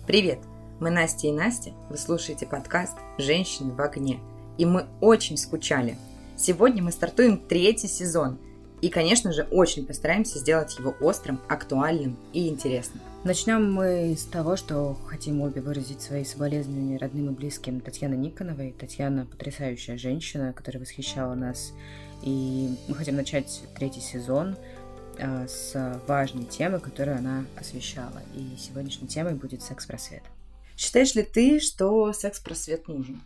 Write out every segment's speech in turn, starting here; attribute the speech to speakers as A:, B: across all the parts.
A: Привет! Мы Настя и Настя, вы слушаете подкаст «Женщины в огне». И мы очень скучали. Сегодня мы стартуем 3-й сезон. И, конечно же, очень постараемся сделать его острым, актуальным и интересным.
B: Начнем мы с того, что хотим обе выразить свои соболезнования родным и близким Татьяны Никоновой. Татьяна потрясающая женщина, которая восхищала нас. И мы хотим начать 3-й сезон с важной темы, которую она освещала. И сегодняшней темой будет секс-просвет.
A: Считаешь ли ты, что секс-просвет нужен?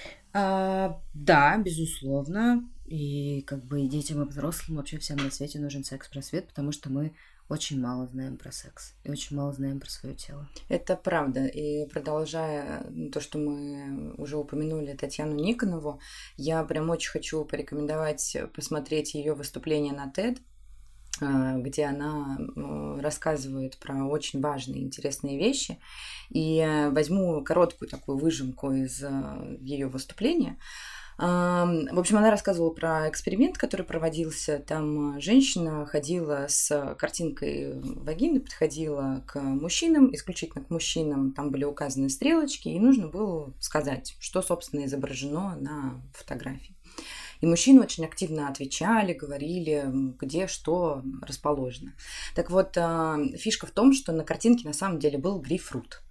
B: Да, безусловно. И и детям, и взрослым, вообще всем на свете нужен секс-просвет, потому что мы очень мало знаем про секс и очень мало знаем про свое тело.
A: Это правда. И продолжая то, что мы уже упомянули Татьяну Никонову, я прям очень хочу порекомендовать посмотреть ее выступление на TED, где она рассказывает про очень важные, интересные вещи. И возьму короткую такую выжимку из ее выступления. В общем, она рассказывала про эксперимент, который проводился. Там женщина ходила с картинкой вагины, подходила к мужчинам, исключительно к мужчинам. Там были указаны стрелочки, и нужно было сказать, что, собственно, изображено на фотографии. И мужчины очень активно отвечали, говорили, где что расположено. Так вот, фишка в том, что на картинке на самом деле был грейпфрут.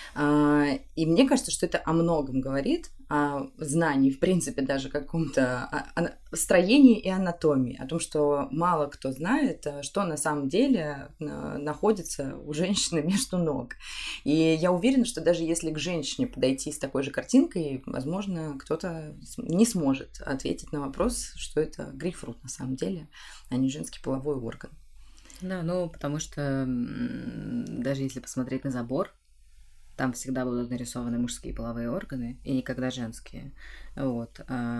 A: И мне кажется, что это о многом говорит, о знании, в принципе, даже каком-то строении и анатомии, о том, что мало кто знает, что на самом деле находится у женщины между ног. И я уверена, что даже если к женщине подойти с такой же картинкой, возможно, кто-то не сможет ответить на вопрос, что это грейпфрут на самом деле, а не женский половой орган.
B: Да, потому что даже если посмотреть на забор, там всегда будут нарисованы мужские половые органы и никогда женские. Вот.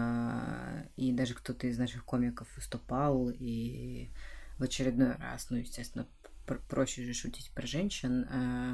B: И даже кто-то из наших комиков выступал, и в очередной раз, естественно, проще же шутить про женщин,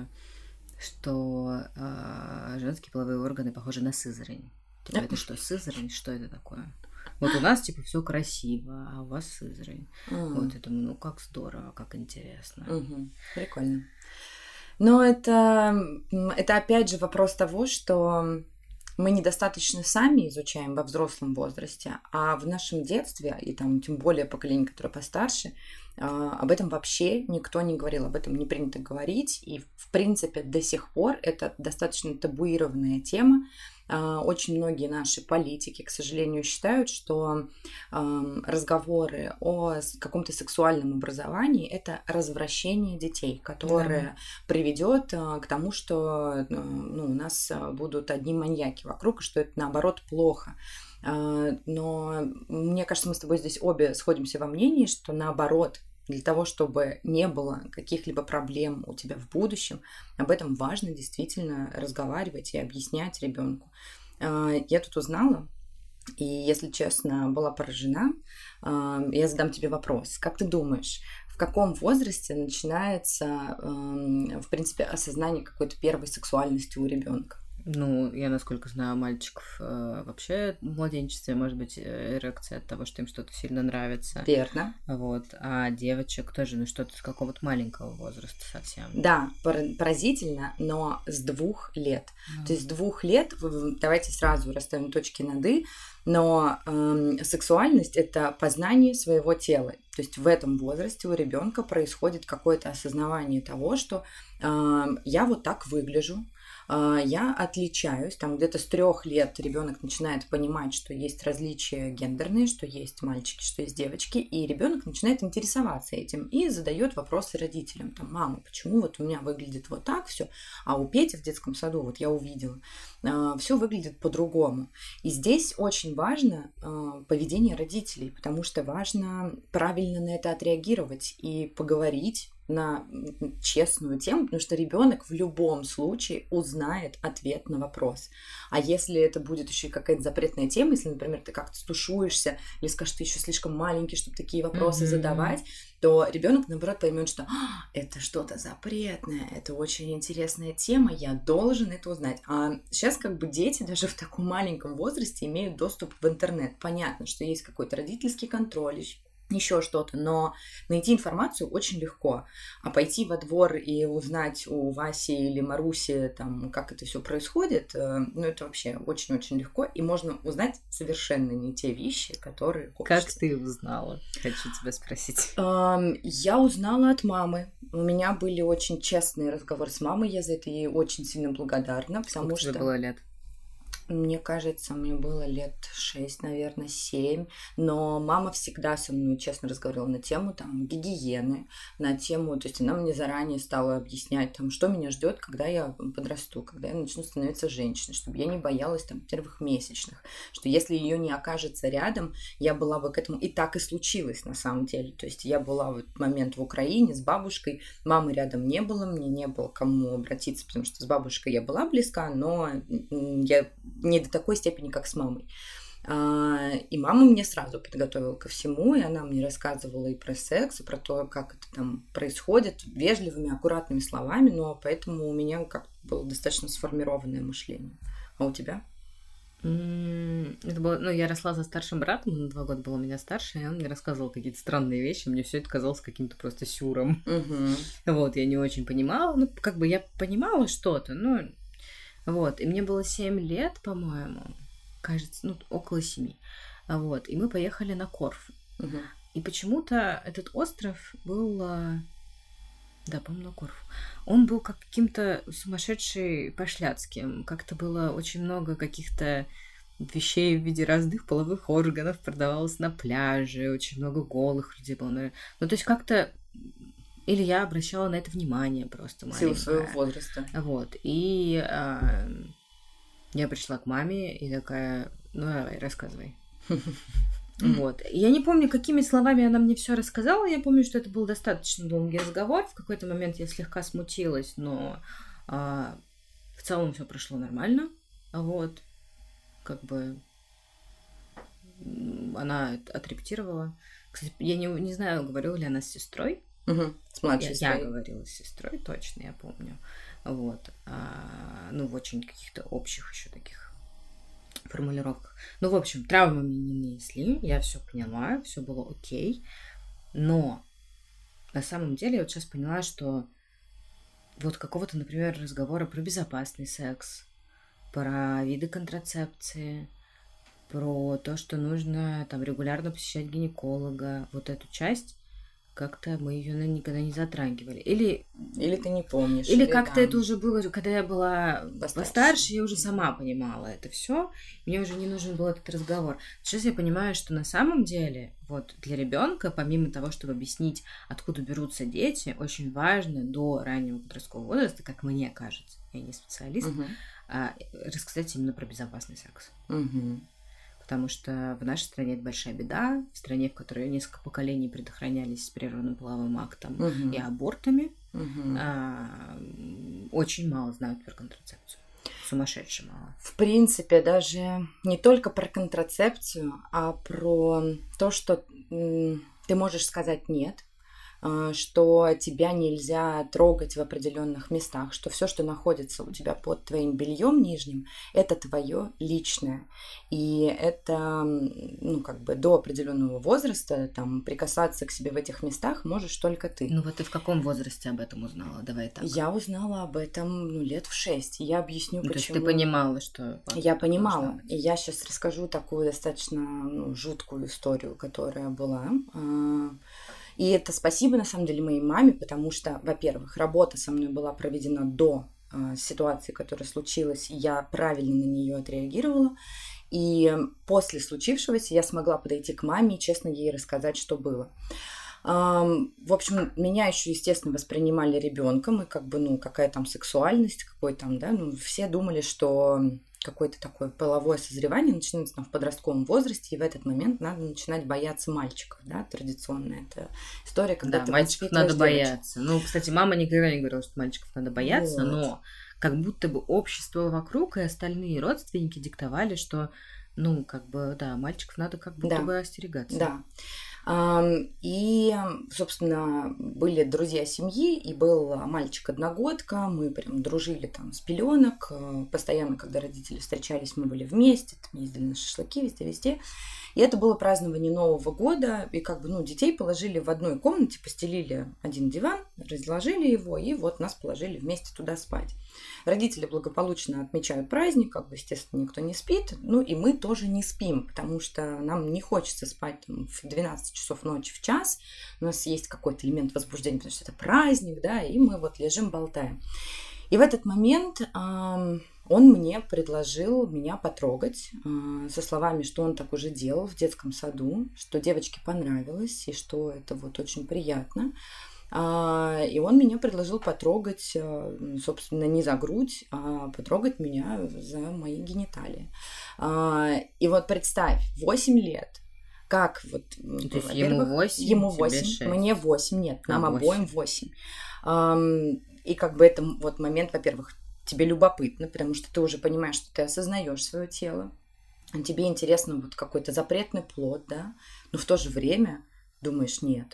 B: что женские половые органы похожи на сызрань. Это что, сызрань? Что это такое? Вот у нас, все красиво, а у вас сызрань. Вот, я думаю, как здорово, как интересно.
A: Прикольно. Но это опять же вопрос того, что мы недостаточно сами изучаем во взрослом возрасте, а в нашем детстве, и тем более поколение, которое постарше, об этом вообще никто не говорил, об этом не принято говорить, и в принципе до сих пор это достаточно табуированная тема. Очень многие наши политики, к сожалению, считают, что разговоры о каком-то сексуальном образовании – это развращение детей, которое приведет к тому, что у нас будут одни маньяки вокруг, и что это, наоборот, плохо. Но мне кажется, мы с тобой здесь обе сходимся во мнении, что, наоборот, для того, чтобы не было каких-либо проблем у тебя в будущем, об этом важно действительно разговаривать и объяснять ребенку. Я тут узнала, и, если честно, была поражена. Я задам тебе вопрос. Как ты думаешь, в каком возрасте начинается, в принципе, осознание какой-то первой сексуальности у ребенка?
B: Я, насколько знаю, мальчиков вообще в младенчестве может быть эрекция от того, что им что-то сильно нравится.
A: Верно.
B: Вот. А девочек тоже, что-то с какого-то маленького возраста совсем.
A: Да, поразительно, но с 2 лет. То есть с 2 лет, давайте сразу расставим точки над «и», но сексуальность – это познание своего тела. То есть в этом возрасте у ребенка происходит какое-то осознавание того, что я вот так выгляжу, я отличаюсь. Где-то с 3 лет ребенок начинает понимать, что есть различия гендерные, что есть мальчики, что есть девочки, и ребенок начинает интересоваться этим и задает вопросы родителям. Мама, почему вот у меня выглядит вот так все, а у Пети в детском саду, вот я увидела, все выглядит по-другому. И здесь очень важно поведение родителей, потому что важно правильно на это отреагировать и поговорить на честную тему, потому что ребенок в любом случае узнает ответ на вопрос. А если это будет еще и какая-то запретная тема, если, например, ты как-то стушуешься или скажешь, ты еще слишком маленький, чтобы такие вопросы задавать, то ребенок, наоборот, поймет, что это что-то запретное, это очень интересная тема, я должен это узнать. А сейчас дети даже в таком маленьком возрасте имеют доступ в интернет. Понятно, что есть какой-то родительский контроль, еще что-то, но найти информацию очень легко, а пойти во двор и узнать у Васи или Маруси, там, как это все происходит, ну, это вообще очень-очень легко, и можно узнать совершенно не те вещи, которые хочется.
B: Как ты узнала? Хочу тебя спросить.
A: Я узнала от мамы. У меня были очень честные разговоры с мамой, я за это ей очень сильно благодарна, потому
B: Сколько тебе было лет?
A: Мне кажется, мне было лет 6, наверное, 7, но мама всегда со мной честно разговаривала на тему там гигиены, на тему, то есть она мне заранее стала объяснять, там, что меня ждет, когда я подрасту, когда я начну становиться женщиной, чтобы я не боялась там первых месячных, что если ее не окажется рядом, я была бы к этому, и так и случилось на самом деле, то есть я была в этот момент в Украине с бабушкой, мамы рядом не было, мне не было к кому обратиться, потому что с бабушкой я была близка, но я не до такой степени, как с мамой. И мама меня сразу подготовила ко всему, и она мне рассказывала и про секс, и про то, как это там происходит, вежливыми, аккуратными словами, но поэтому у меня как-то было достаточно сформированное мышление. А у тебя?
B: Это было, я росла со старшим братом, он на 2 года был у меня старше, и он мне рассказывал какие-то странные вещи, мне все это казалось каким-то просто сюром. Вот, я не очень понимала, как бы я понимала что-то, но... Вот, и мне было 7 лет, по-моему, кажется, около 7. Вот, и мы поехали на Корфу. И почему-то этот остров был, да, по-моему, на Корфу. Он был каким-то сумасшедший пошляцким. Как-то было очень много каких-то вещей в виде разных половых органов продавалось на пляже, очень много голых людей было. Ну, то есть как-то... Или я обращала на это внимание просто маленькое.
A: В силу своего возраста.
B: Вот. И я пришла к маме и такая, давай, рассказывай. Вот. Я не помню, какими словами она мне все рассказала. Я помню, что это был достаточно долгий разговор. В какой-то момент я слегка смутилась, но в целом все прошло нормально. Вот. Как бы она отрепетировала. Кстати, я не знаю, говорила ли она с сестрой.
A: С младшей
B: я говорила с сестрой, точно, я помню. Вот. В очень каких-то общих еще таких формулировках. В общем, травмы мне не нанесли, я все поняла, все было окей. Но на самом деле я вот сейчас поняла, что вот какого-то, например, разговора про безопасный секс, про виды контрацепции, про то, что нужно там регулярно посещать гинеколога, вот эту часть, как-то мы ее никогда не затрагивали. Или
A: ты не помнишь.
B: Или как-то это уже было, когда я была постарше, я уже сама понимала это все. Мне уже не нужен был этот разговор. Сейчас я понимаю, что на самом деле вот для ребенка, помимо того, чтобы объяснить, откуда берутся дети, очень важно до раннего подросткового возраста, как мне кажется, я не специалист, рассказать именно про безопасный секс. Потому что в нашей стране это большая беда, в стране, в которой несколько поколений предохранялись прерванным половым актом и абортами, очень мало знают про контрацепцию. Сумасшедше мало.
A: В принципе, даже не только про контрацепцию, а про то, что ты можешь сказать «нет», что тебя нельзя трогать в определенных местах, что все, что находится у тебя под твоим бельем нижним, это твое личное. И это, до определенного возраста там прикасаться к себе в этих местах можешь только ты.
B: Вот ты в каком возрасте об этом узнала? Давай так.
A: Я узнала об этом лет в 6. Я объясню, почему.
B: То есть ты понимала, что...
A: Я понимала. И я сейчас расскажу такую достаточно жуткую историю, которая была. И это спасибо, на самом деле, моей маме, потому что, во-первых, работа со мной была проведена до ситуации, которая случилась, и я правильно на нее отреагировала. И после случившегося я смогла подойти к маме и честно ей рассказать, что было. В общем, меня еще, естественно, воспринимали ребенком, и какая там сексуальность, какой там, да, все думали, что какое-то такое половое созревание начинается в подростковом возрасте, и в этот момент надо начинать бояться мальчиков, да, традиционная эта история, когда ты
B: мальчиков надо бояться. Кстати, мама никогда не говорила, что мальчиков надо бояться, но как будто бы общество вокруг и остальные родственники диктовали, что, мальчиков надо как будто бы остерегаться.
A: Да. И, собственно, были друзья семьи, и был мальчик-одногодка, мы прям дружили там с пеленок, постоянно, когда родители встречались, мы были вместе, там ездили на шашлыки везде-везде. И это было празднование Нового года, и как бы, детей положили в одной комнате, постелили один диван, разложили его, и вот нас положили вместе туда спать. Родители благополучно отмечают праздник, как бы, естественно, никто не спит, и мы тоже не спим, потому что нам не хочется спать там, в 12 часов ночи, в час, у нас есть какой-то элемент возбуждения, потому что это праздник, да, и мы вот лежим, болтаем. И в этот момент он мне предложил меня потрогать со словами, что он так уже делал в детском саду, что девочке понравилось и что это вот очень приятно. И он меня предложил потрогать, собственно, не за грудь, а потрогать меня за мои гениталии. И вот представь, 8 лет. Как вот,
B: то есть ему 8,
A: ему 8, мне 8, нет, нам обоим 8. И как бы это вот момент, во-первых, тебе любопытно, потому что ты уже понимаешь, что ты осознаешь свое тело, тебе интересно вот какой-то запретный плод, да, но в то же время думаешь, нет,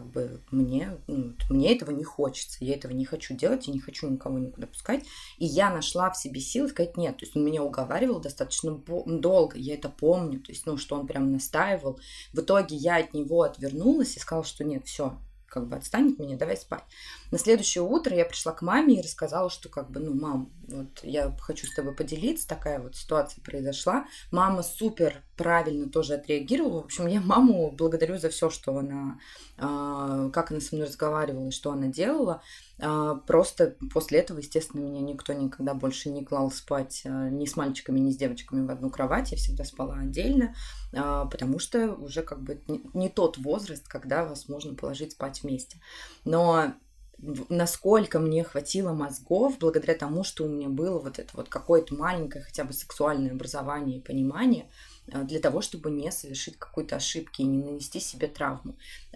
A: мне этого не хочется, я этого не хочу делать, я не хочу никого никуда пускать, и я нашла в себе силы сказать нет, то есть он меня уговаривал достаточно долго, я это помню, то есть, что он прям настаивал, в итоге я от него отвернулась и сказала, что нет, все, как бы отстань от меня, давай спать. На следующее утро я пришла к маме и рассказала, что мам, вот я хочу с тобой поделиться, такая вот ситуация произошла. Мама супер правильно тоже отреагировала. В общем, я маму благодарю за все, что она, как она со мной разговаривала и что она делала. Просто после этого, естественно, меня никто никогда больше не клал спать ни с мальчиками, ни с девочками в одну кровать. Я всегда спала отдельно, потому что уже как бы не тот возраст, когда вас можно положить спать вместе. Но насколько мне хватило мозгов благодаря тому, что у меня было вот это вот какое-то маленькое хотя бы сексуальное образование и понимание для того, чтобы не совершить какую-то ошибку и не нанести себе травму.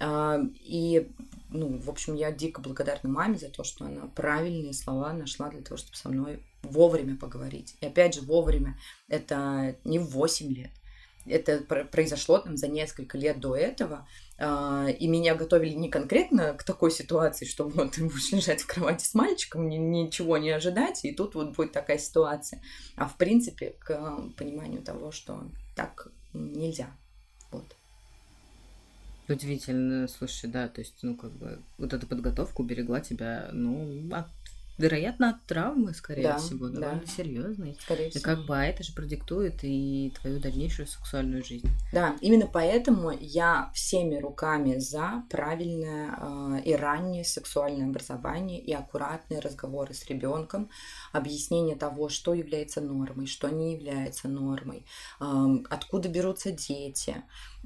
A: И, в общем, я дико благодарна маме за то, что она правильные слова нашла для того, чтобы со мной вовремя поговорить. И опять же, вовремя это не в 8 лет. Это произошло там за несколько лет до этого, и меня готовили не конкретно к такой ситуации, что вот ты будешь лежать в кровати с мальчиком, ничего не ожидать, и тут вот будет такая ситуация, а в принципе к пониманию того, что так нельзя. Вот.
B: Удивительно, слушай, да, то есть, вот эта подготовка уберегла тебя, вероятно, от травмы, скорее всего, довольно серьезной.
A: Скорее всего.
B: И это же продиктует и твою дальнейшую сексуальную жизнь.
A: Да, именно поэтому я всеми руками за правильное и раннее сексуальное образование и аккуратные разговоры с ребенком, объяснение того, что является нормой, что не является нормой, откуда берутся дети,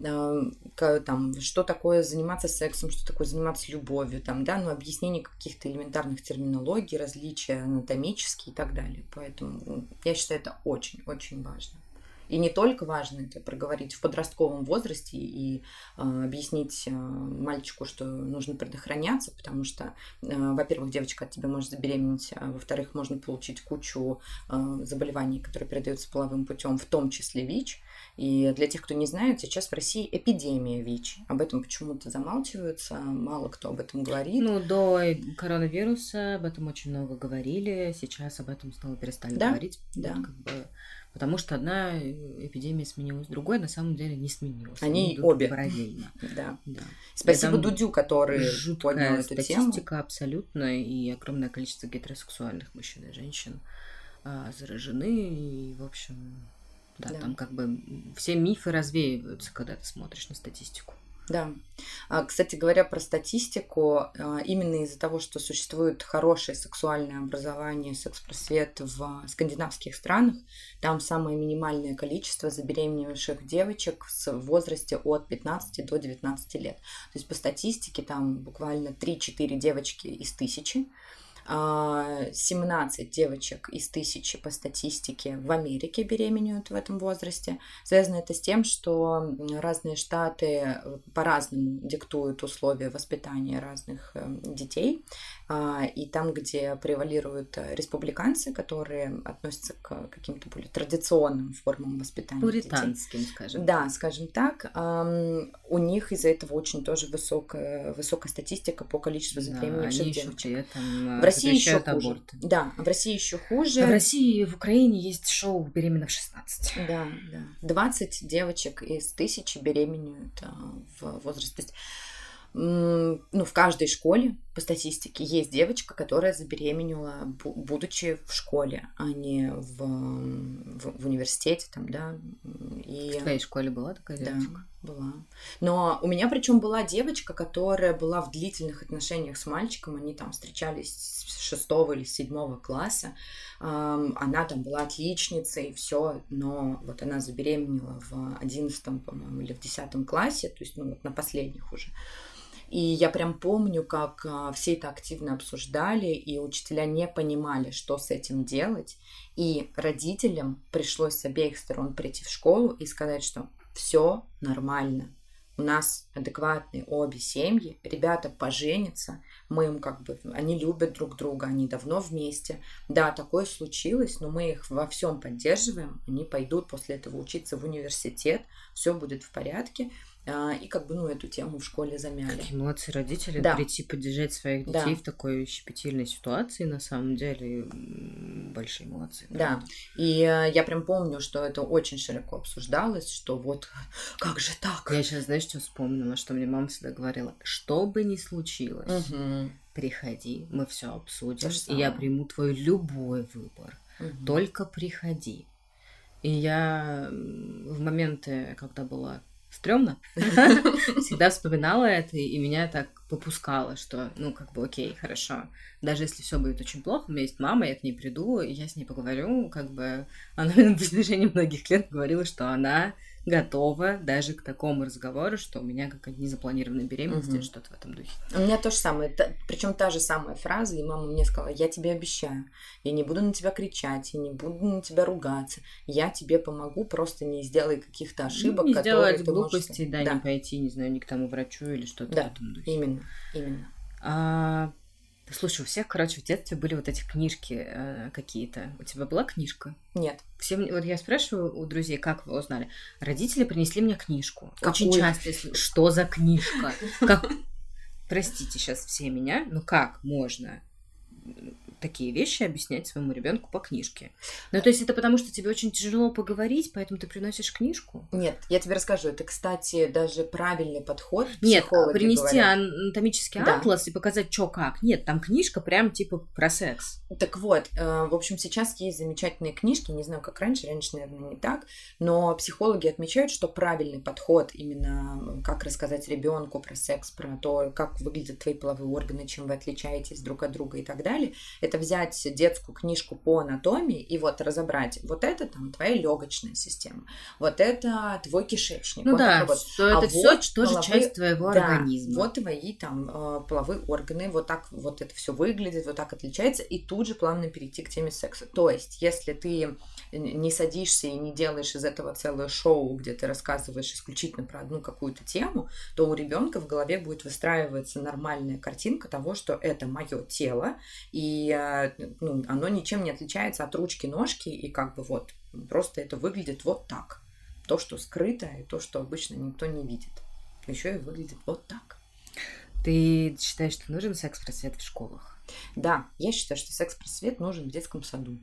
A: что такое заниматься сексом, что такое заниматься любовью, объяснение каких-то элементарных терминологий, различия анатомические и так далее. Поэтому я считаю, это очень-очень важно. И не только важно это проговорить в подростковом возрасте и объяснить мальчику, что нужно предохраняться, потому что, во-первых, девочка от тебя может забеременеть, а во-вторых, можно получить кучу заболеваний, которые передаются половым путем, в том числе ВИЧ. И для тех, кто не знает, сейчас в России эпидемия ВИЧ. Об этом почему-то замалчиваются, мало кто об этом говорит.
B: До коронавируса об этом очень много говорили, сейчас об этом снова перестали говорить.
A: Да.
B: Потому что одна эпидемия сменилась, другой на самом деле не сменилась.
A: Они обе.
B: Параллельно.
A: Да. Спасибо Дудю, который поднял эту тему.
B: Статистика абсолютно, и огромное количество гетеросексуальных мужчин и женщин заражены, и, в общем, там все мифы развеиваются, когда ты смотришь на статистику.
A: Да. Кстати говоря, про статистику, именно из-за того, что существует хорошее сексуальное образование, секс-просвет в скандинавских странах, там самое минимальное количество забеременевших девочек в возрасте от 15 до 19 лет. То есть по статистике там буквально 3-4 девочки из 1000. 17 девочек из 1000 по статистике в Америке беременеют в этом возрасте. Связано это с тем, что разные штаты по-разному диктуют условия воспитания разных детей. И там, где превалируют республиканцы, которые относятся к каким-то более традиционным формам воспитания
B: пуританским,
A: детей.
B: скажем.
A: Да, скажем так. У них из-за этого очень тоже высокая статистика по количеству забеременевших девочек.
B: В России еще хуже. Аборты.
A: Да, в России еще хуже.
B: В России и в Украине есть шоу «Беременна в 16».
A: Да. 20 девочек из 1000 беременеют в возрасте. То есть, в каждой школе по статистике есть девочка, которая забеременела, будучи в школе, а не в университете там, да.
B: В твоей школе была такая девочка?
A: Да, была. Но у меня причем была девочка, которая была в длительных отношениях с мальчиком, они там встречались с 6 или 7 класса, она там была отличницей, все, но вот она забеременела в 11, по-моему, или в 10 классе, то есть, на последних уже. И я прям помню, как все это активно обсуждали, и учителя не понимали, что с этим делать. И родителям пришлось с обеих сторон прийти в школу и сказать, что все нормально. У нас адекватные обе семьи, ребята поженятся, мы им они любят друг друга, они давно вместе. Да, такое случилось, но мы их во всем поддерживаем, они пойдут после этого учиться в университет, все будет в порядке. И эту тему в школе замяли.
B: Какие молодцы родители, да. Прийти поддержать своих детей в такой щепетильной ситуации, на самом деле, большие молодцы.
A: Да, и я прям помню, что это очень широко обсуждалось, что вот как же так?
B: Я сейчас, знаешь, что вспомнила, что мне мама всегда говорила, что бы ни случилось, приходи, мы все обсудим, и я приму твой любой выбор, только приходи. И я в моменты, когда была стрёмно, всегда вспоминала это, и меня так попускало, что, окей, хорошо. Даже если все будет очень плохо, у меня есть мама, я к ней приду, и я с ней поговорю, она на протяжении многих лет говорила, что она готова даже к такому разговору, что у меня какая-то незапланированная беременность или что-то в этом духе.
A: У меня то же самое, причем та же самая фраза, и мама мне сказала, я тебе обещаю, я не буду на тебя кричать, я не буду на тебя ругаться, я тебе помогу, просто не сделай каких-то ошибок,
B: не
A: которые
B: сделать глупостей, не пойти, не знаю, ни к тому врачу или что-то в этом духе.
A: Именно.
B: Слушай, у всех, в детстве были вот эти книжки какие-то. У тебя была книжка?
A: Нет.
B: Вот я спрашиваю у друзей, как вы узнали. Родители принесли мне книжку.
A: Какую?
B: Очень часто, что за книжка? Простите сейчас все меня, но как можно такие вещи объяснять своему ребенку по книжке? То есть это потому, что тебе очень тяжело поговорить, поэтому ты приносишь книжку?
A: Нет, я тебе расскажу. Это, кстати, даже правильный подход.
B: Нет, принести анатомический атлас и показать, что как. Нет, там книжка прям про секс.
A: Так вот, в общем, сейчас есть замечательные книжки, не знаю, как раньше, наверное, не так, но психологи отмечают, что правильный подход именно как рассказать ребенку про секс, про то, как выглядят твои половые органы, чем вы отличаетесь друг от друга и так далее, это взять детскую книжку по анатомии и разобрать, вот это там твоя легочная система, вот это твой кишечник.
B: Что это все тоже часть твоего организма.
A: Вот твои там половые органы, вот так вот это все выглядит, вот так отличается, и тут же плавно перейти к теме секса. То есть, если ты не садишься и не делаешь из этого целое шоу, где ты рассказываешь исключительно про одну какую-то тему, то у ребенка в голове будет выстраиваться нормальная картинка того, что это мое тело, и оно ничем не отличается от ручки-ножки, и просто это выглядит вот так. То, что скрыто, и то, что обычно никто не видит. Еще и выглядит вот так.
B: Ты считаешь, что нужен секс-просвет в школах?
A: Да, я считаю, что секс-просвет нужен в детском саду.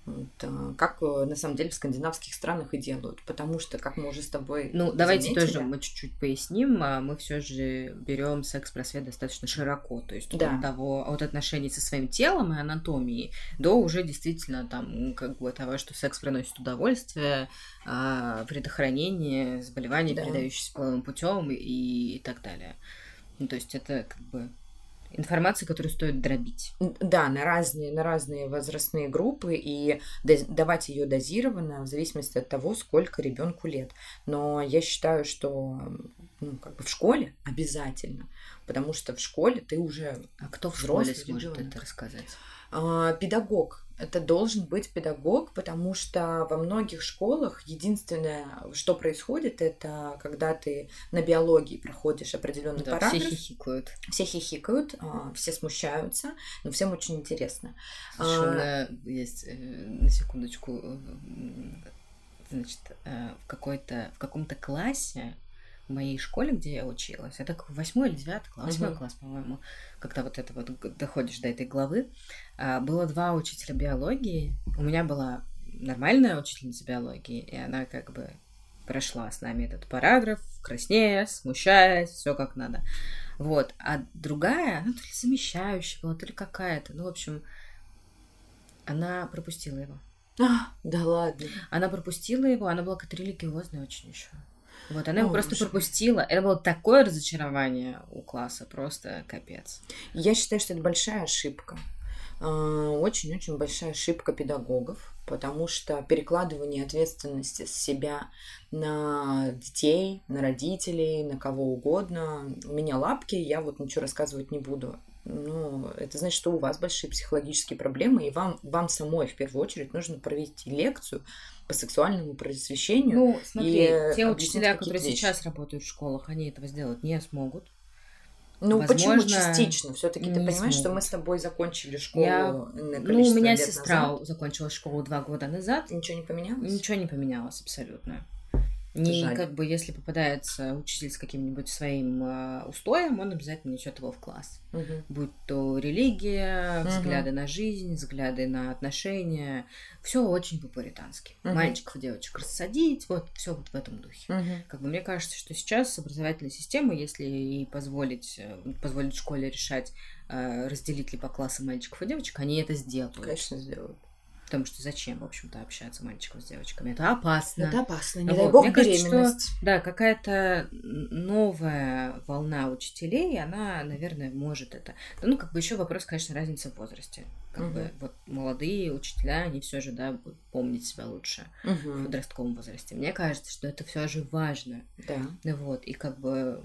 A: Как на самом деле в скандинавских странах и делают, потому что, как мы уже с тобой
B: давайте
A: заметили,
B: тоже мы чуть-чуть поясним, мы все же берем секс-просвет достаточно широко, то есть от отношений со своим телом и анатомией до уже действительно того, что секс приносит удовольствие, предохранение заболеваний, передающихся половым путем и так далее. То есть это информация, которую стоит дробить.
A: Да, на разные возрастные группы и давать ее дозированно в зависимости от того, сколько ребенку лет. Но я считаю, что в школе обязательно потому что в школе ты уже
B: А кто в
A: взрослый
B: школе сможет
A: ребёнок.
B: это рассказать?
A: Педагог. Это должен быть педагог, потому что во многих школах единственное, что происходит, это когда ты на биологии проходишь определенный
B: Да,
A: параграф.
B: все хихикают.
A: Все смущаются, но всем очень интересно.
B: Слушай, есть, на секундочку, значит, в каком-то классе в моей школе, где я училась, это 8 или 9 класс, 8 класс, по-моему, когда вот это вот доходишь до этой главы, было 2 учителя биологии. У меня была нормальная учительница биологии, и она как бы прошла с нами этот параграф, краснея, смущаясь, все как надо. Вот. А другая, она то ли замещающая была, то ли какая-то, ну, в общем, она пропустила его.
A: Да ладно.
B: Она пропустила его, она была как-то религиозная очень еще. Вот, она его просто пропустила. Это было такое разочарование у класса, просто капец.
A: Я считаю, что это большая ошибка. Очень-очень большая ошибка педагогов, потому что перекладывание ответственности с себя на детей, на родителей, на кого угодно. У меня лапки, я вот ничего рассказывать не буду. Ну, это значит, что у вас большие психологические проблемы, и вам самой в первую очередь нужно провести лекцию по сексуальному просвещению.
B: Ну, смотри, те
A: объяснить
B: учителя,
A: какие-то
B: которые
A: вещи.
B: сейчас работают в школах, они этого сделать не смогут.
A: Ну, почему
B: Возможно,
A: частично? Все-таки ты
B: не
A: понимаешь, что
B: смогут.
A: мы с тобой закончили школу на
B: Ну, у
A: количество
B: меня
A: лет
B: сестра
A: назад.
B: закончила школу 2 года назад.
A: Ничего не поменялось?
B: Ничего не поменялось абсолютно.
A: Жаль.
B: Как бы, если попадается учитель с каким-нибудь своим устоем, он обязательно несет его в класс. Будь то религия, взгляды на жизнь, взгляды на отношения. Все очень по-пуритански. Мальчиков и девочек рассадить, вот все вот в этом духе. Как бы мне кажется, что сейчас образовательная система, если ей позволить школе решать, разделить ли по классам мальчиков и девочек, они это сделают.
A: Конечно, сделают.
B: Потому что зачем, в общем-то, общаться мальчикам с девочками? Это опасно.
A: Это опасно. Не дай бог беременность.
B: Кажется, что, да, какая-то новая волна учителей, она, наверное, может это. Ну, как бы еще вопрос, конечно, разницы в возрасте. Как бы вот молодые учителя, они все же, да, будут помнить себя лучше в подростковом возрасте. Мне кажется, что это все же важно.
A: Да.
B: Вот, и как бы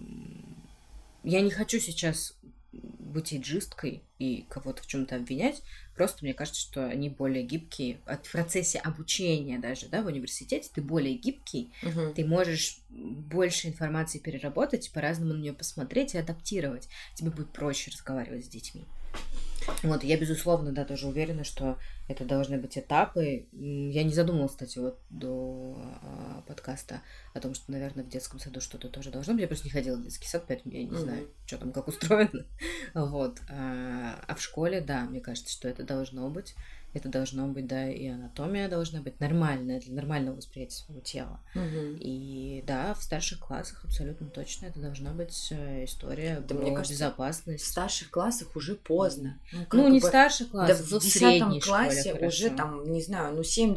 B: я не хочу сейчас быть эйджисткой и кого-то в чем-то обвинять. Просто мне кажется, что они более гибкие. В процессе обучения даже, да, в университете ты более гибкий, ты можешь больше информации переработать, по-разному на нее посмотреть и адаптировать. Тебе будет проще разговаривать с детьми. Вот, я, безусловно, да, тоже уверена, что это должны быть этапы. Я не задумывалась, кстати, вот до подкаста о том, что, наверное, в детском саду что-то тоже должно быть. Я просто не ходила в детский сад, поэтому я не знаю, что там, как устроено. Вот. А в школе, да, мне кажется, что это должно быть. Это должно быть, да, и анатомия должна быть нормальная, для нормального восприятия своего тела. И да, в старших классах абсолютно точно это должна быть история про безопасность.
A: В старших классах уже поздно.
B: Ну, не в старших классах,
A: да,
B: в средней
A: классе
B: школе
A: уже там, не знаю,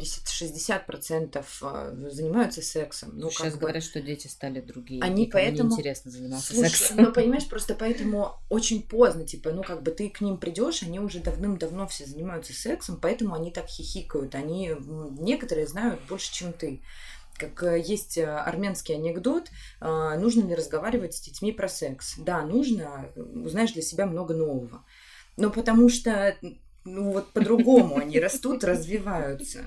A: 70-60% занимаются сексом. Ну,
B: сейчас говорят, что дети стали другие.
A: Они поэтому...
B: неинтересно заниматься
A: сексом. Ну, понимаешь, просто поэтому очень поздно, типа, ну, как бы ты к ним придешь, они уже давным-давно все занимаются сексом, поэтому они так хихикают. Они, некоторые знают больше, чем ты. Как есть армянский анекдот, нужно ли разговаривать с детьми про секс? Да, нужно, узнаешь для себя много нового. Но потому что, ну, вот по-другому они растут, развиваются.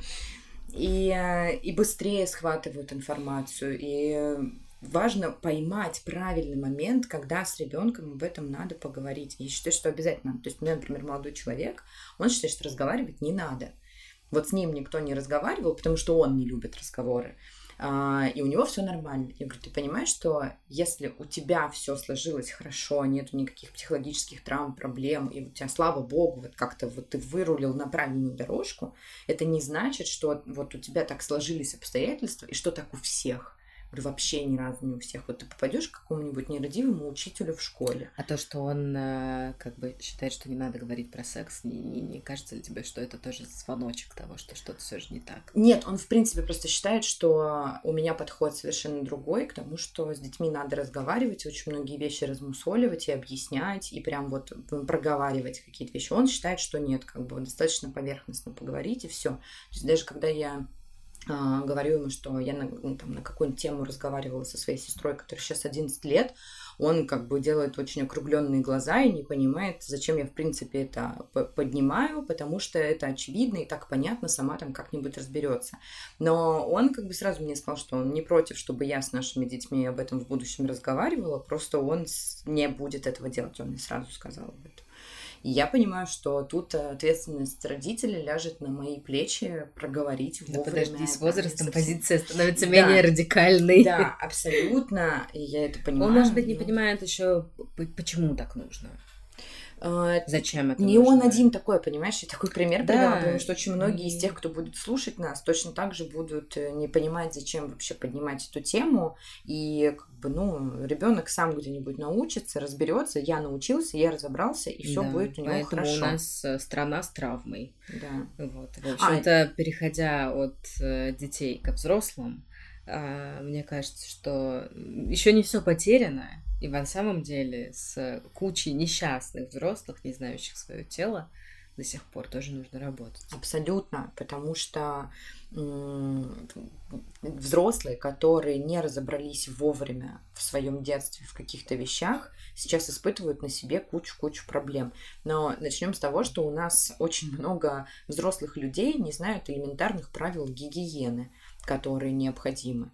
A: И быстрее схватывают информацию. И важно поймать правильный момент, когда с ребенком об этом надо поговорить. Я считаю, что обязательно. То есть, у меня, например, молодой человек, он считает, что разговаривать не надо. Вот с ним никто не разговаривал, потому что он не любит разговоры. И у него все нормально. Я говорю, ты понимаешь, что если у тебя все сложилось хорошо, нету никаких психологических травм, проблем, и у тебя, слава богу, вот как-то вот ты вырулил на правильную дорожку, это не значит, что вот у тебя так сложились обстоятельства, и что так у всех. Говорю, вообще ни разу не у всех. Вот ты попадешь к какому-нибудь нерадивому учителю в школе.
B: А то, что он как бы считает, что не надо говорить про секс, не кажется ли тебе, что это тоже звоночек того, что что-то все же не так?
A: Нет, он в принципе просто считает, что у меня подход совершенно другой к тому, что с детьми надо разговаривать, очень многие вещи размусоливать и объяснять, и прям вот проговаривать какие-то вещи. Он считает, что нет, как бы достаточно поверхностно поговорить, и все. То есть даже когда я говорю ему, что я на какую-нибудь тему разговаривала со своей сестрой, которая сейчас 11 лет, он как бы делает очень округленные глаза и не понимает, зачем я, в принципе, это поднимаю, потому что это очевидно и так понятно, сама там как-нибудь разберется. Но он как бы сразу мне сказал, что он не против, чтобы я с нашими детьми об этом в будущем разговаривала, просто он не будет этого делать, он мне сразу сказал об этом. И я понимаю, что тут ответственность родителей ляжет на мои плечи проговорить вовремя.
B: Да подожди, с возрастом позиция становится менее радикальной.
A: Да, абсолютно, и я это понимаю.
B: Он, может быть, не понимает еще, почему так нужно. Зачем это
A: не
B: нужно?
A: Он один такой, понимаешь, я такой пример привела, потому что очень многие из тех, кто будет слушать нас, точно так же будут не понимать, зачем вообще поднимать эту тему, и как бы, ребенок сам где-нибудь научится, разберется, я научился, я разобрался, и все будет у него
B: поэтому
A: хорошо.
B: У нас страна с травмой.
A: Да.
B: Вот. В общем-то, переходя от детей ко взрослым, мне кажется, что еще не все потеряно. И на самом деле с кучей несчастных взрослых, не знающих свое тело, до сих пор тоже нужно работать.
A: Абсолютно, потому что взрослые, которые не разобрались вовремя в своем детстве в каких-то вещах, сейчас испытывают на себе кучу проблем. Но начнем с того, что у нас очень много взрослых людей не знают элементарных правил гигиены, которые необходимы,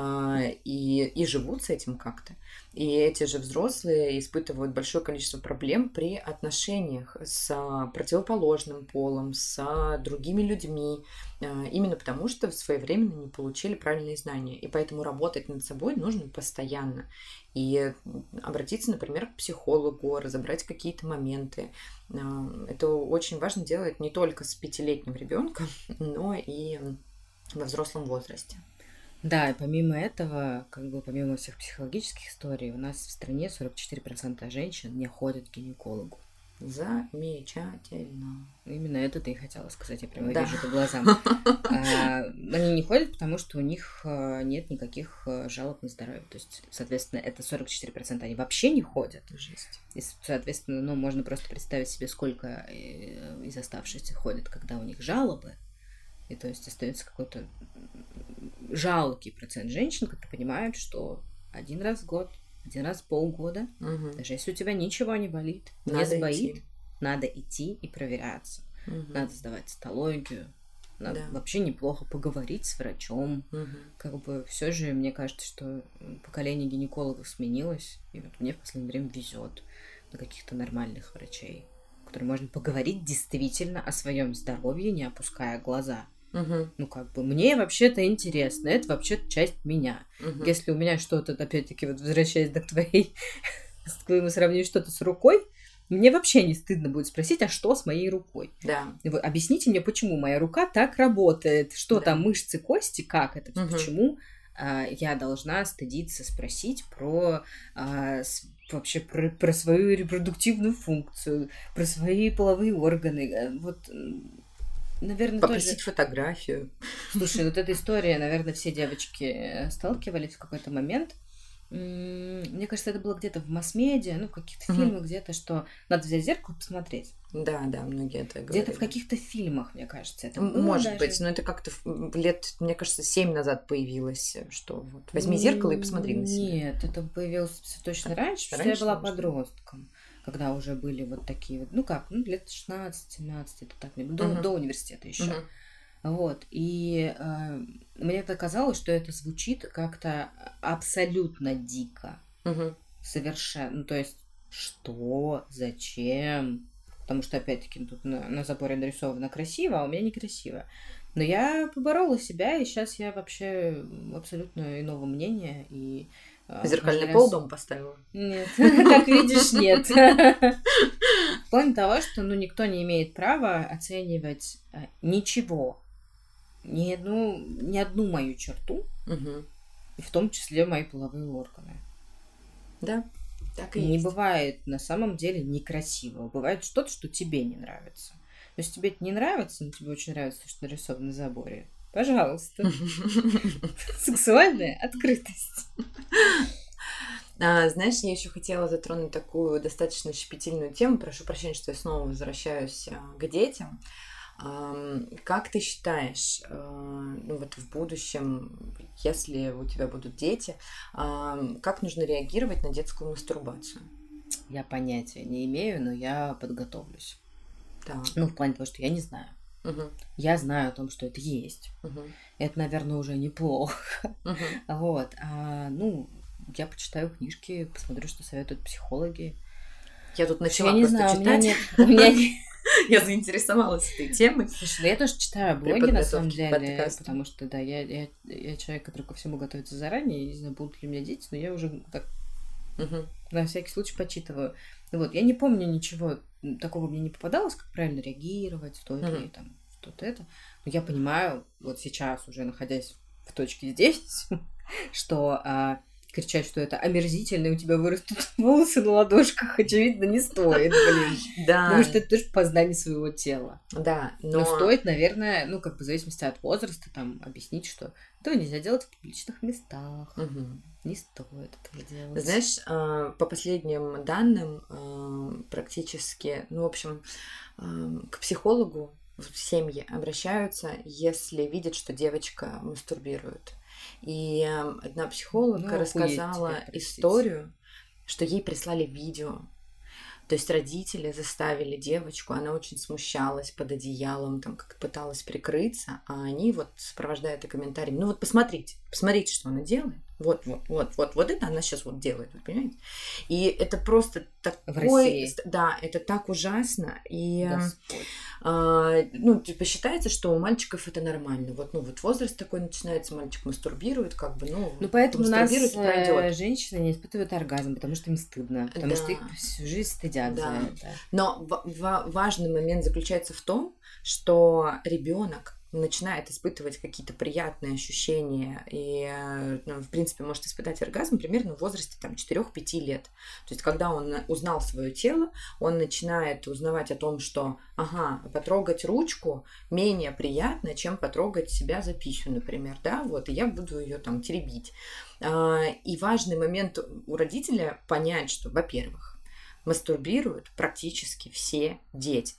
A: и живут с этим как-то. И эти же взрослые испытывают большое количество проблем при отношениях с противоположным полом, с другими людьми, именно потому что своевременно не получили правильные знания. И поэтому работать над собой нужно постоянно. И обратиться, например, к психологу, разобрать какие-то моменты. Это очень важно делать не только с 5-летним ребенком, но и во взрослом возрасте.
B: Да, и помимо этого, помимо всех психологических историй, у нас в стране 44% женщин не ходят к гинекологу.
A: Замечательно.
B: Именно это ты и хотела сказать, я прямо вижу по глазам. Они не ходят, потому что у них нет никаких жалоб на здоровье. То есть, соответственно, это 44% они вообще не ходят.
A: Жесть.
B: И, соответственно, можно просто представить себе, сколько из оставшихся ходят, когда у них жалобы. И то есть остается какой-то жалкий процент женщин, которые понимают, что один раз в год, один раз в полгода, даже если у тебя ничего не болит, не сбоит, надо идти и проверяться. Надо сдавать цитологию, надо вообще неплохо поговорить с врачом. Все же, мне кажется, что поколение гинекологов сменилось, и вот мне в последнее время везет на каких-то нормальных врачей, которые можно поговорить действительно о своем здоровье, не опуская глаза. Мне вообще-то интересно, это вообще-то часть меня. Если у меня что-то, опять-таки, возвращаясь к твоему сравнению, что-то с рукой, мне вообще не стыдно будет спросить, а что с моей рукой?
A: Да.
B: Вы объясните мне, почему моя рука так работает, что там мышцы, кости, как это, почему я должна стыдиться спросить про вообще про свою репродуктивную функцию, про свои половые органы. Наверное,
A: попросить фотографию.
B: Слушай, эта история, наверное, все девочки сталкивались в какой-то момент. Мне кажется, это было где-то в масс-медиа, в каких-то фильмах где-то, что надо взять зеркало и посмотреть.
A: Да, многие это говорят.
B: Где-то в каких-то фильмах, мне кажется, это было.
A: Может быть, но это как-то лет, мне кажется, 7 назад появилось, что возьми зеркало и посмотри на себя.
B: Нет, это появилось точно раньше, потому что я была подростком, когда уже были такие лет 16-17, это так, до университета еще. И мне это казалось, что это звучит как-то абсолютно дико. Совершенно. То есть, что? Зачем? Потому что, опять-таки, тут на заборе нарисовано красиво, а у меня некрасиво. Но я поборола себя, и сейчас я вообще абсолютно иного мнения. И
A: зеркальный пол дома поставила?
B: Нет, как видишь, нет. В плане того, что никто не имеет права оценивать ничего, ни одну мою черту, и в том числе мои половые органы.
A: Да, так и
B: не
A: есть.
B: Бывает на самом деле некрасивого. Бывает что-то, что тебе не нравится. То есть тебе это не нравится, но тебе очень нравится то, что нарисовано на заборе. Пожалуйста. Сексуальная открытость.
A: Знаешь, я еще хотела затронуть такую достаточно щепетильную тему. Прошу прощения, что я снова возвращаюсь к детям. Как ты считаешь, ну, вот в будущем, если у тебя будут дети, как нужно реагировать на детскую мастурбацию?
B: Я понятия не имею, но я подготовлюсь.
A: Так.
B: Ну, в плане того, что я не знаю. Я знаю о том, что это есть. Это, наверное, уже неплохо. Вот. Ну, я почитаю книжки, посмотрю, что советуют психологи.
A: Я тут начала просто читать.
B: У меня нет.
A: Я заинтересовалась этой темой.
B: Слушай, я тоже читаю блоги, на самом деле, потому что, да, я человек, который ко всему готовится заранее, я не знаю, будут ли у меня дети, но я уже так на всякий случай почитываю. Вот, я не помню ничего такого, мне не попадалось, как правильно реагировать, стоит ли там что-то это. Но я понимаю, вот сейчас, уже находясь в точке здесь, что кричать, что это омерзительно, и у тебя вырастут волосы на ладошках, очевидно, не стоит, блин.
A: Да.
B: Потому что это тоже познание своего тела.
A: Да,
B: но стоит, наверное, ну, как бы в зависимости от возраста, там, объяснить, что этого нельзя делать в публичных местах. Не стоит этого делать.
A: Знаешь, по последним данным, практически, ну, в общем, к психологу в семье обращаются, если видят, что девочка мастурбирует. И одна психолога рассказала историю, что ей прислали видео. То есть родители заставили девочку, она очень смущалась под одеялом, там как пыталась прикрыться, а они вот сопровождают это комментариями. Ну вот посмотрите, что она делает. Вот это она сейчас вот делает, вы понимаете? И это просто такое... Да, это так ужасно. И ну, типа считается, что у мальчиков это нормально. Вот, ну, вот возраст такой начинается, мальчик мастурбирует, как бы, ну,
B: поэтому у нас женщины не испытывают оргазм, потому что им стыдно, потому что их всю жизнь стыдят за это.
A: Но важный момент заключается в том, что ребенок начинает испытывать какие-то приятные ощущения и, ну, в принципе, может испытать оргазм примерно в возрасте там, 4-5 лет. То есть, когда он узнал свое тело, он начинает узнавать о том, что, потрогать ручку менее приятно, чем потрогать себя за писю, например, да, вот, и я буду ее там теребить. И важный момент у родителя понять, что, во-первых, мастурбируют практически все дети.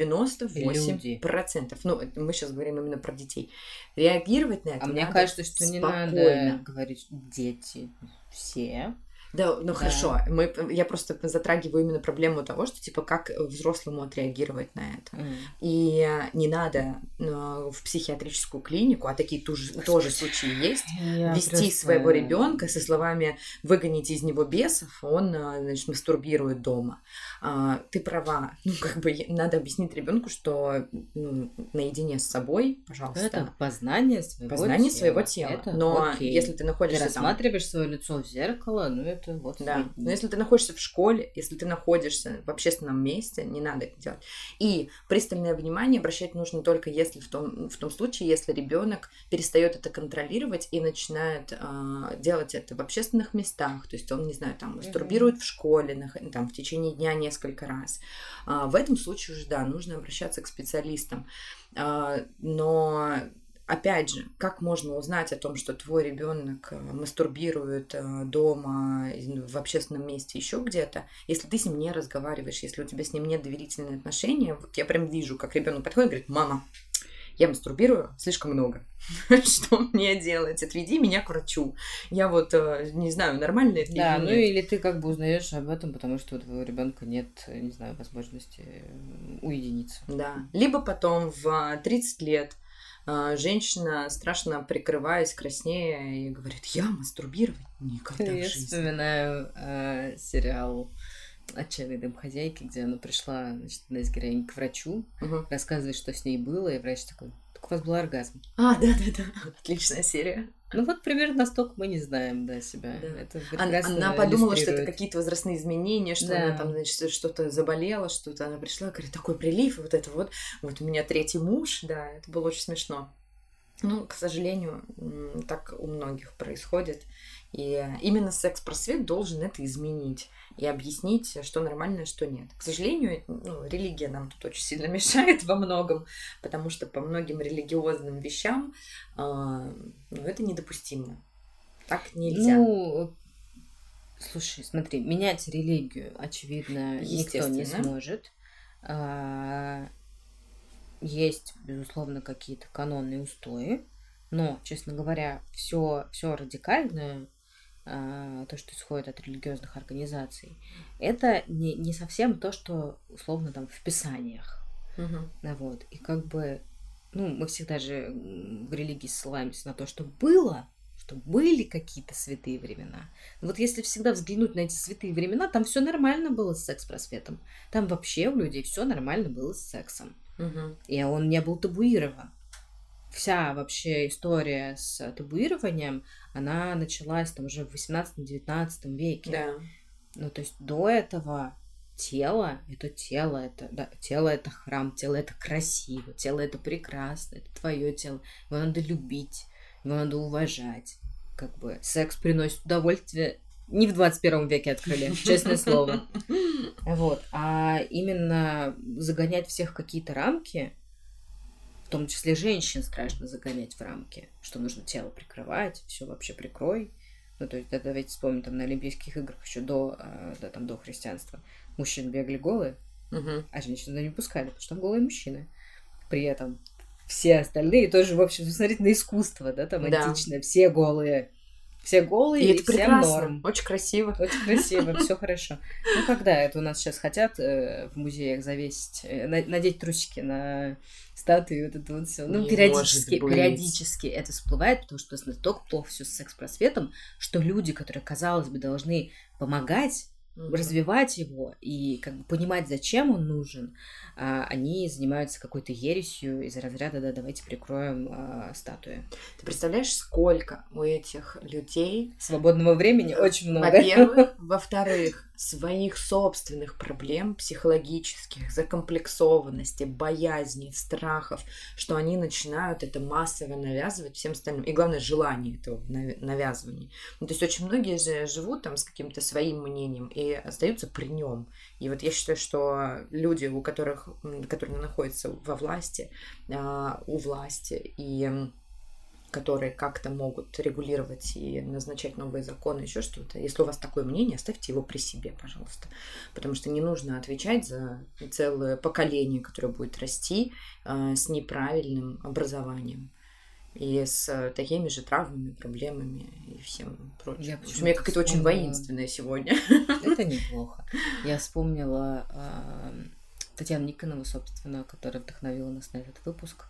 A: 98%. Ну, мы сейчас говорим именно про детей. Реагировать на это надо
B: мне кажется, что
A: спокойно.
B: Не надо говорить дети все.
A: Да, ну хорошо. Я просто затрагиваю именно проблему того, что типа как взрослому отреагировать на это. И не надо в психиатрическую клинику, а такие тоже случаи есть, вести своего ребенка со словами «выгоните из него бесов», он, значит, мастурбирует дома. Ты права. Ну, как бы надо объяснить ребенку, что наедине с собой, пожалуйста.
B: Это познание своего тела.
A: Это но если ты находишься
B: ты рассматриваешь свое лицо в зеркало, ну это вот.
A: Да. Но если ты находишься в школе, если ты находишься в общественном месте, не надо это делать. И пристальное внимание обращать нужно только если в том случае, если ребенок перестает это контролировать и начинает делать это в общественных местах. То есть он, не знаю, там мастурбирует в школе, там в течение дня несколько раз. В этом случае уже, да, нужно обращаться к специалистам. Но опять же, как можно узнать о том, что твой ребенок мастурбирует дома, в общественном месте, еще где-то, если ты с ним не разговариваешь, если у тебя с ним нет доверительных отношений? Вот я прям вижу, как ребенок подходит и говорит: «Мама, я мастурбирую слишком много. Что мне делать? Отведи меня к врачу. Я вот не знаю, нормально это или нет».
B: Да, ну или ты как бы узнаешь об этом, потому что у твоего ребенка нет, не знаю, возможности уединиться.
A: Да. Либо потом в 30 лет женщина, страшно прикрываясь, краснея, и говорит: «Я мастурбировать никогда в жизни».
B: Я вспоминаю сериал «Отчаянные домохозяйки», где она пришла, значит, одна из героинь к врачу, рассказывает, что с ней было, и врач такой: «Так у вас был оргазм».
A: Да. Отличная серия.
B: Ну вот примерно настолько мы не знаем, да, себя.
A: Да.
B: Это
A: она подумала, что это какие-то возрастные изменения, что
B: да.
A: она там, значит, что-то заболела, что-то она пришла, говорит: такой прилив, и вот это вот у меня третий муж, да, это было очень смешно. Ну, к сожалению, так у многих происходит. И именно секс-просвет должен это изменить и объяснить, что нормально, что нет. К сожалению, религия нам тут очень сильно мешает во многом, потому что по многим религиозным вещам это недопустимо. Так нельзя.
B: Ну, слушай, смотри, менять религию, очевидно, никто не сможет. Есть, безусловно, какие-то каноны и устои, Но, честно говоря, все радикальное, то, что исходит от религиозных организаций, это не совсем то, что условно там в писаниях. Вот. И как бы, мы всегда же в религии ссылаемся на то, что было, что были какие-то святые времена. Вот если всегда взглянуть на эти святые времена, там все нормально было с секс-просветом. Там вообще у людей все нормально было с сексом. И он не был табуирован. Вся вообще история с табуированием, она началась там уже в 18-19 веке.
A: Да.
B: То есть до этого тело это храм, тело это красиво, тело это прекрасно, это твое тело, его надо любить, его надо уважать. Как бы секс приносит удовольствие. Не в 21 веке открыли, честное слово. Вот. А именно загонять всех в какие-то рамки, в том числе женщин страшно загонять в рамки, что нужно тело прикрывать, все вообще прикрой. То есть, давайте вспомним, там на Олимпийских играх еще до христианства мужчины бегали голые, а женщин туда не пускали, потому что там голые мужчины. При этом все остальные тоже, в общем, смотрите на искусство, там античное, все голые. Все голые, и всем норм.
A: Очень красиво.
B: Очень красиво, все хорошо. Когда это у нас сейчас хотят в музеях завесить, надеть трусики на статуи, вот это вот все. Периодически это всплывает, потому что настолько плохо все с секс-просветом, что люди, которые, казалось бы, должны помогать, развивать его и как бы понимать, зачем он нужен, они занимаются какой-то ересью из разряда давайте прикроем статуи.
A: Ты представляешь, сколько у этих людей
B: свободного времени? Очень много.
A: Во-первых. Во-вторых, своих собственных проблем психологических, закомплексованности, боязней, страхов, что они начинают это массово навязывать всем остальным. И главное, желание этого навязывания. То есть очень многие же живут там с каким-то своим мнением и остаются при нем. И вот я считаю, что люди, которые находятся во власти, у власти и которые как-то могут регулировать и назначать новые законы, еще что-то. Если у вас такое мнение, оставьте его при себе, пожалуйста. Потому что не нужно отвечать за целое поколение, которое будет расти с неправильным образованием. И с такими же травмами, проблемами и всем прочим. В общем, я какая-то очень воинственная сегодня.
B: Это неплохо. Я вспомнила Татьяну Никонову, собственно, которая вдохновила нас на этот выпуск.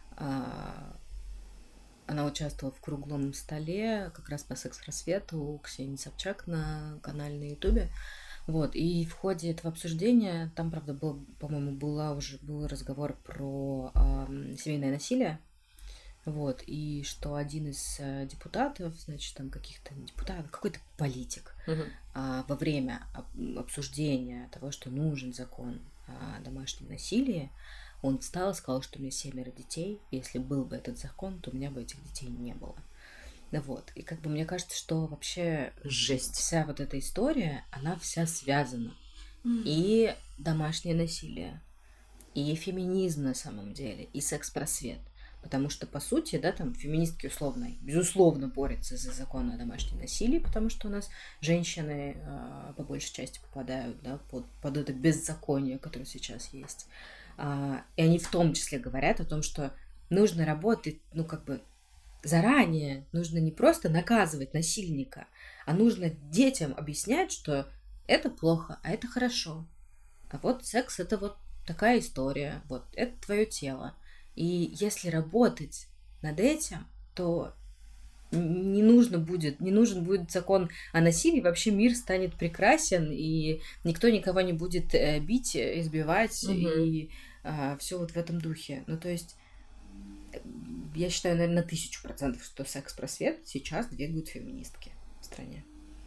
B: Она участвовала в круглом столе как раз по секс-просвету у Ксении Собчак на канале на Ютубе. Вот. И в ходе этого обсуждения, там, правда, был разговор про семейное насилие. Вот. И что один из депутатов, значит, там какой-то политик, во время обсуждения того, что нужен закон о домашнем насилии, он встал и сказал, что у меня 7 детей. Если был бы этот закон, то у меня бы этих детей не было. Вот. И как бы мне кажется, что вообще
A: жесть.
B: Вся вот эта история, она вся связана. И домашнее насилие, и феминизм на самом деле, и секс-просвет. Потому что, по сути, там феминистки безусловно борются за закон о домашнем насилии, потому что у нас женщины по большей части попадают под это беззаконие, которое сейчас есть. И они в том числе говорят о том, что нужно работать, заранее. Нужно не просто наказывать насильника, а нужно детям объяснять, что это плохо, а это хорошо. А вот секс — это вот такая история, вот это твое тело. И если работать над этим, то не нужен будет закон о насилии, вообще мир станет прекрасен, и никто никого не будет бить, избивать, и все вот в этом духе. То есть я считаю, наверное, на 1000%, что секс-просвет сейчас двигают феминистки в стране.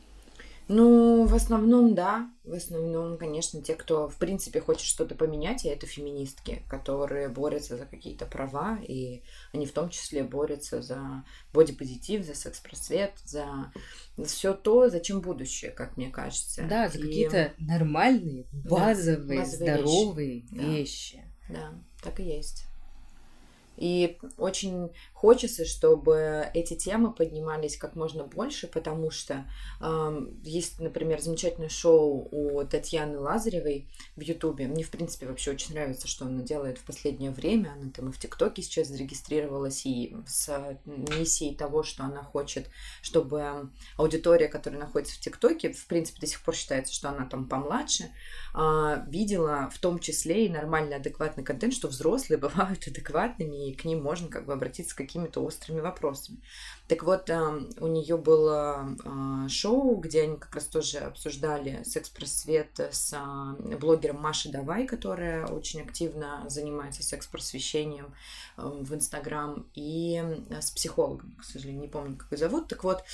A: В основном, да. В основном, конечно, те, кто, в принципе, хочет что-то поменять, и это феминистки, которые борются за какие-то права, и они в том числе борются за бодипозитив, за секс-просвет, за все то, зачем будущее, как мне кажется.
B: Да, за какие-то нормальные, базовые здоровые вещи.
A: Да, так и есть. И очень хочется, чтобы эти темы поднимались как можно больше, потому что есть, например, замечательное шоу у Татьяны Лазаревой в Ютубе. Мне, в принципе, вообще очень нравится, что она делает в последнее время. Она там и в ТикТоке сейчас зарегистрировалась, и с миссией того, что она хочет, чтобы аудитория, которая находится в ТикТоке, в принципе, до сих пор считается, что она там помладше, видела в том числе и нормальный, адекватный контент, что взрослые бывают адекватными, и к ним можно как бы обратиться с какими-то острыми вопросами. Так вот, у нее было шоу, где они как раз тоже обсуждали секс-просвет с блогером Машей Давай, которая очень активно занимается секс-просвещением в Инстаграм, и с психологом, к сожалению, не помню, как ее зовут. Так вот,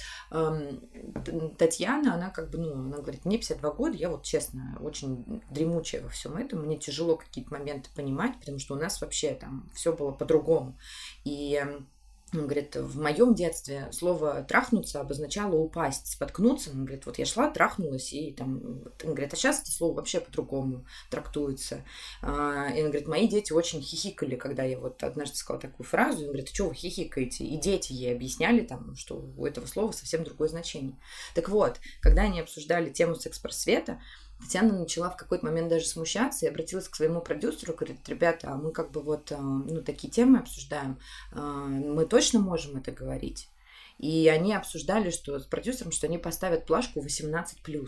A: Татьяна, она как бы, она говорит, мне 52 года, я вот честно очень дремучая во всем этом, мне тяжело какие-то моменты понимать, потому что у нас вообще там все было по-другому. И он говорит, в моем детстве слово «трахнуться» обозначало упасть, споткнуться. Он говорит, вот я шла, трахнулась, и там... Он говорит, а сейчас это слово вообще по-другому трактуется. И он говорит, мои дети очень хихикали, когда я вот однажды сказала такую фразу. Он говорит, а что вы хихикаете? И дети ей объясняли, там, что у этого слова совсем другое значение. Так вот, когда они обсуждали тему секс-просвета, Татьяна начала в какой-то момент даже смущаться и обратилась к своему продюсеру, говорит, ребята, а мы как бы вот такие темы обсуждаем, мы точно можем это говорить? И они обсуждали с продюсером, что они поставят плашку 18+.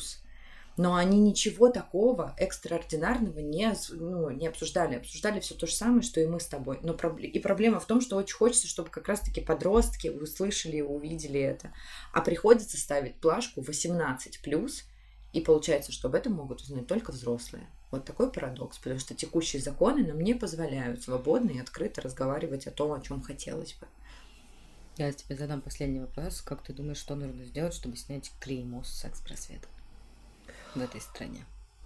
A: Но они ничего такого экстраординарного не обсуждали. Обсуждали все то же самое, что и мы с тобой. Но проблема в том, что очень хочется, чтобы как раз-таки подростки услышали и увидели это. А приходится ставить плашку 18+, и получается, что об этом могут узнать только взрослые. Вот такой парадокс, потому что текущие законы нам не позволяют свободно и открыто разговаривать о том, о чем хотелось бы.
B: Я тебе задам последний вопрос. Как ты думаешь, что нужно сделать, чтобы снять клеймо с секс-просвета в этой стране?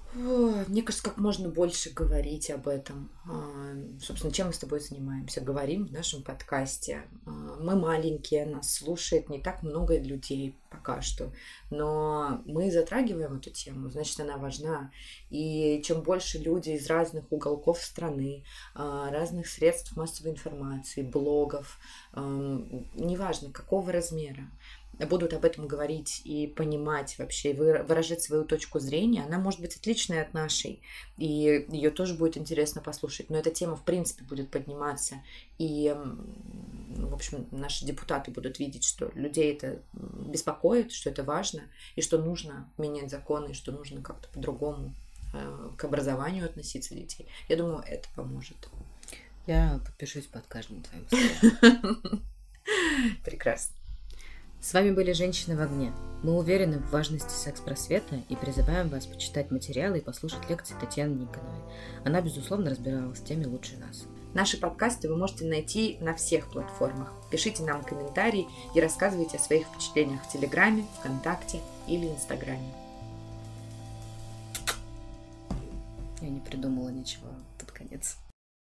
A: Мне кажется, как можно больше говорить об этом. Собственно, чем мы с тобой занимаемся? Говорим в нашем подкасте. Мы маленькие, нас слушает не так много людей пока что, но мы затрагиваем эту тему, значит, она важна. И чем больше люди из разных уголков страны, разных средств массовой информации, блогов, неважно какого размера, будут об этом говорить и понимать вообще, выражать свою точку зрения, она может быть отличная от нашей, и ее тоже будет интересно послушать, но эта тема, в принципе, будет подниматься, и, в общем, наши депутаты будут видеть, что людей это беспокоит, что это важно, и что нужно менять законы, и что нужно как-то по-другому к образованию относиться детей. Я думаю, это поможет.
B: Я подпишусь под каждым твоим словом.
A: Прекрасно.
B: С вами были «Женщины в огне». Мы уверены в важности секс-просвета и призываем вас почитать материалы и послушать лекции Татьяны Никоновой. Она, безусловно, разбиралась в теме лучше нас.
A: Наши подкасты вы можете найти на всех платформах. Пишите нам комментарии и рассказывайте о своих впечатлениях в Телеграме, ВКонтакте или Инстаграме.
B: Я не придумала ничего под конец.